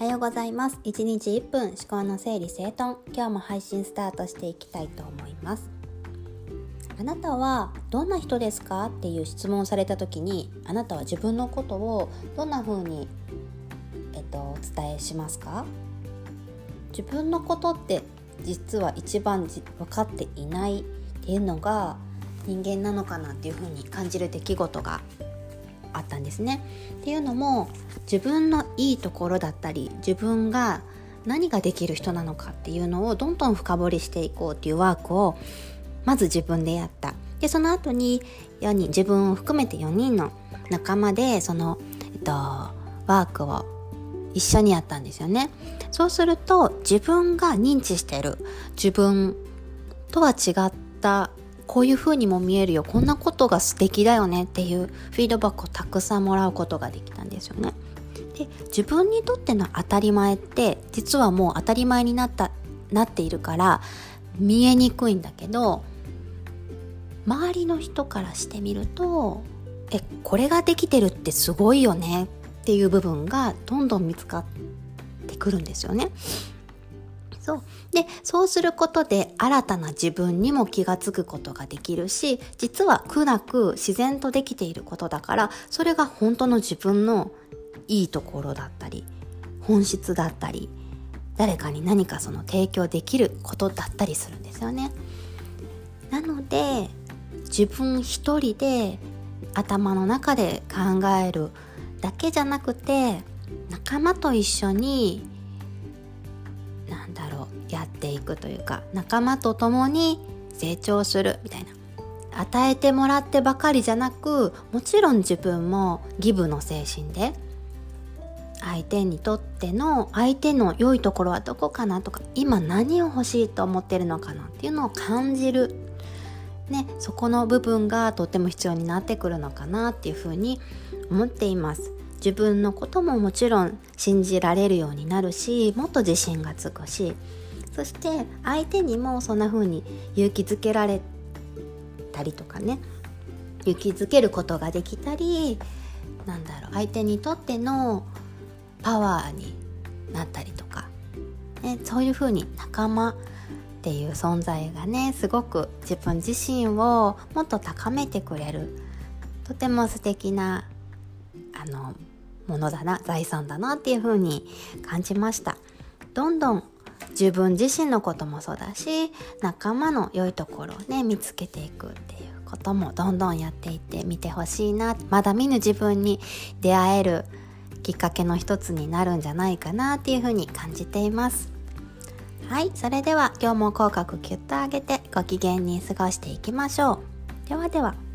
はようございます。1日1分思考の整理整頓、今日も配信スタートしていきたいと思います。あなたはどんな人ですかっていう質問をされた時に、あなたは自分のことをどんな風に、お伝えしますか？自分のことって実は一番分かっていないっていうのが人間なのかなっていう風に感じる出来事があったんですね。っていうのも、自分のいいところだったり、自分が何ができる人なのかっていうのをどんどん深掘りしていこうっていうワークをまず自分でやった。でその後に4人、自分を含めて4人の仲間でその、ワークを一緒にやったんですよね。そうすると自分が認知している自分とは違ったこういう風にも見えるよ、こんなことが素敵だよねっていうフィードバックをたくさんもらうことができたんですよね。で自分にとっての当たり前って実はもう当たり前になっているから見えにくいんだけど、周りの人からしてみるとこれができてるってすごいよねっていう部分がどんどん見つかってくるんですよね。そうすることで新たな自分にも気がつくことができるし、実は苦なく自然とできていることだから、それが本当の自分のいいところだったり本質だったり、誰かに何かその提供できることだったりするんですよね。なので自分一人で頭の中で考えるだけじゃなくて、仲間と一緒にやっていくというか、仲間と共に成長するみたいな、与えてもらってばかりじゃなく、もちろん自分もギブの精神で相手の良いところはどこかなとか、今何を欲しいと思ってるのかなっていうのを感じるね、そこの部分がとっても必要になってくるのかなっていうふうに思っています。自分のことももちろん信じられるようになるし、もっと自信がつくし、そして相手にもそんな風に勇気づけられたりとかね、勇気づけることができたり、相手にとってのパワーになったりとか、ね、そういう風に仲間っていう存在がね、すごく自分自身をもっと高めてくれる、とても素敵なものだな、財産だなっていう風に感じました。どんどん自分自身のこともそうだし、仲間の良いところをね見つけていくっていうこともどんどんやっていってみてほしいな。まだ見ぬ自分に出会えるきっかけの一つになるんじゃないかなっていうふうに感じています。はい、それでは今日も口角キュッと上げてご機嫌に過ごしていきましょう。ではでは。